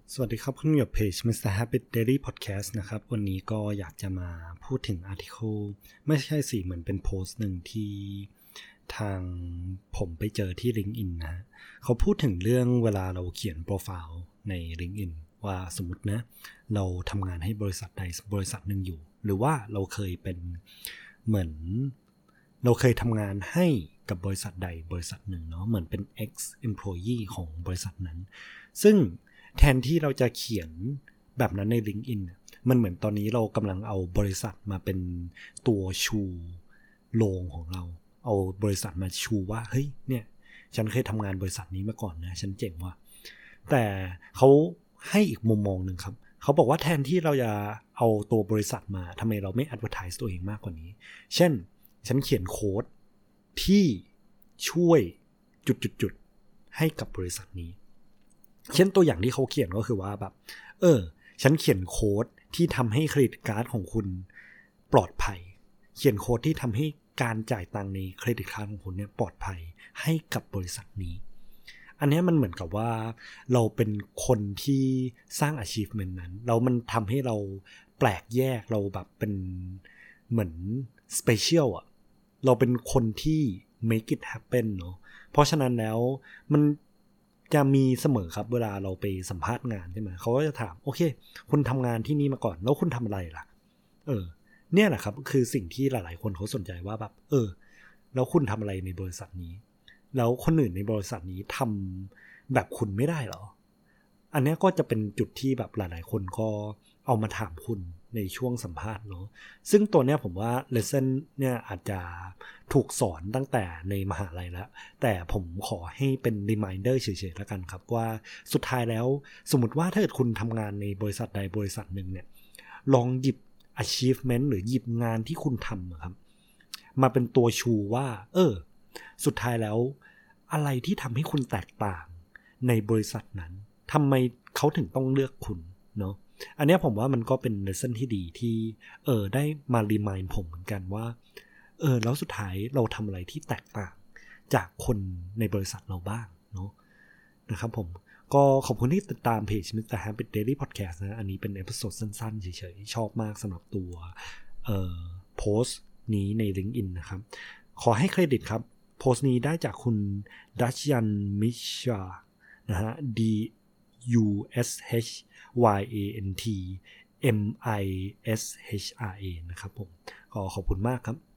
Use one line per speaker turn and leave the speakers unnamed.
สวัสดีครับคุณอยู่กับเพจ Mr. Happy Daily Podcast นะครับวันนี้ก็อยากจะมาพูดถึงอาร์ติเคิลไม่ใช่สิเหมือนเป็นโพสต์หนึ่งที่ทางผมไปเจอที่ LinkedIn นะเขาพูดถึงเรื่องเวลาเราเขียนโปรไฟล์ใน LinkedIn ว่าสมมตินะเราทำงานให้บริษัทใดบริษัทหนึ่งอยู่หรือว่าเราเคยเป็นเหมือนเราเคยทำงานให้กับบริษัทใดบริษัทหนึ่งเนาะเหมือนเป็น ex employee ของบริษัทนั้นซึ่งแทนที่เราจะเขียนแบบนั้นใน LinkedIn มันเหมือนตอนนี้เรากำลังเอาบริษัทมาเป็นตัวชูโลงของเราเอาบริษัทมาชูว่าเฮ้ยเนี่ยฉันเคยทำงานบริษัทนี้มาก่อนนะฉันเจ๋งว่ะแต่เขาให้อีกมุมมองหนึ่งครับเขาบอกว่าแทนที่เราจะเอาตัวบริษัทมาทำไมเราไม่ advertise ตัวเองมากกว่านี้เช่นฉันเขียนโค้ดที่ช่วยจุดๆให้กับบริษัทนี้เช่นตัวอย่างที่เขาเขียนก็คือว่าแบบฉันเขียนโค้ดที่ทำให้เครดิตการ์ดของคุณปลอดภัยเขียนโค้ดที่ทำให้การจ่ายตังค์ในเครดิตการ์ดของคุณเนี่ยปลอดภัยให้กับบริษัทนี้อันนี้มันเหมือนกับว่าเราเป็นคนที่สร้าง achievement นั้นแล้วมันทำให้เราแปลกแยกเราแบบเป็นเหมือน special อ่ะเราเป็นคนที่ make it happen เนาะเพราะฉะนั้นแล้วมันจะมีเสมอครับเวลาเราไปสัมภาษณ์งานใช่ไหมเขาก็จะถามโอเคคุณทำงานที่นี่มาก่อนแล้วคุณทำอะไรล่ะเนี่ยแหละครับคือสิ่งที่หลายๆคนเขาสนใจว่าแบบแล้วคุณทำอะไรในบริษัทนี้แล้วคนอื่นในบริษัทนี้ทำแบบคุณไม่ได้เหรออันนี้ก็จะเป็นจุดที่แบบหลายๆคนก็เอามาถามคุณในช่วงสัมภาษณ์เนาะซึ่งตัวเนี้ยผมว่า lesson เนี่ยอาจจะถูกสอนตั้งแต่ในมหาลัยแล้วแต่ผมขอให้เป็น reminder เฉยๆแล้วกันครับว่าสุดท้ายแล้วสมมติว่าถ้าเกิดคุณทำงานในบริษัทใดบริษัทหนึ่งเนี่ยลองหยิบ achievement หรือหยิบงานที่คุณทำครับมาเป็นตัวชูว่าสุดท้ายแล้วอะไรที่ทำให้คุณแตกต่างในบริษัทนั้นทำไมเขาถึงต้องเลือกคุณเนาะอันนี้ผมว่ามันก็เป็น lesson ที่ดีที่ได้มา remind ผมเหมือนกันว่าแล้วสุดท้ายเราทำอะไรที่แตกต่างจากคนในบริษัทเราบ้างเนาะนะครับผมก็ขอบคุณที่ติดตามเพจ Mr. Happy Daily Podcast นะอันนี้เป็นเอพิโซดสั้นๆเฉยๆชอบมากสำหรับตัวโพสต์นี้ใน LinkedIn นะครับขอให้เครดิตครับโพสต์นี้ได้จากคุณดัชยันมิชชานะฮะ DUSHYANT MISHRA นะครับผมก็ขอบคุณมากครับ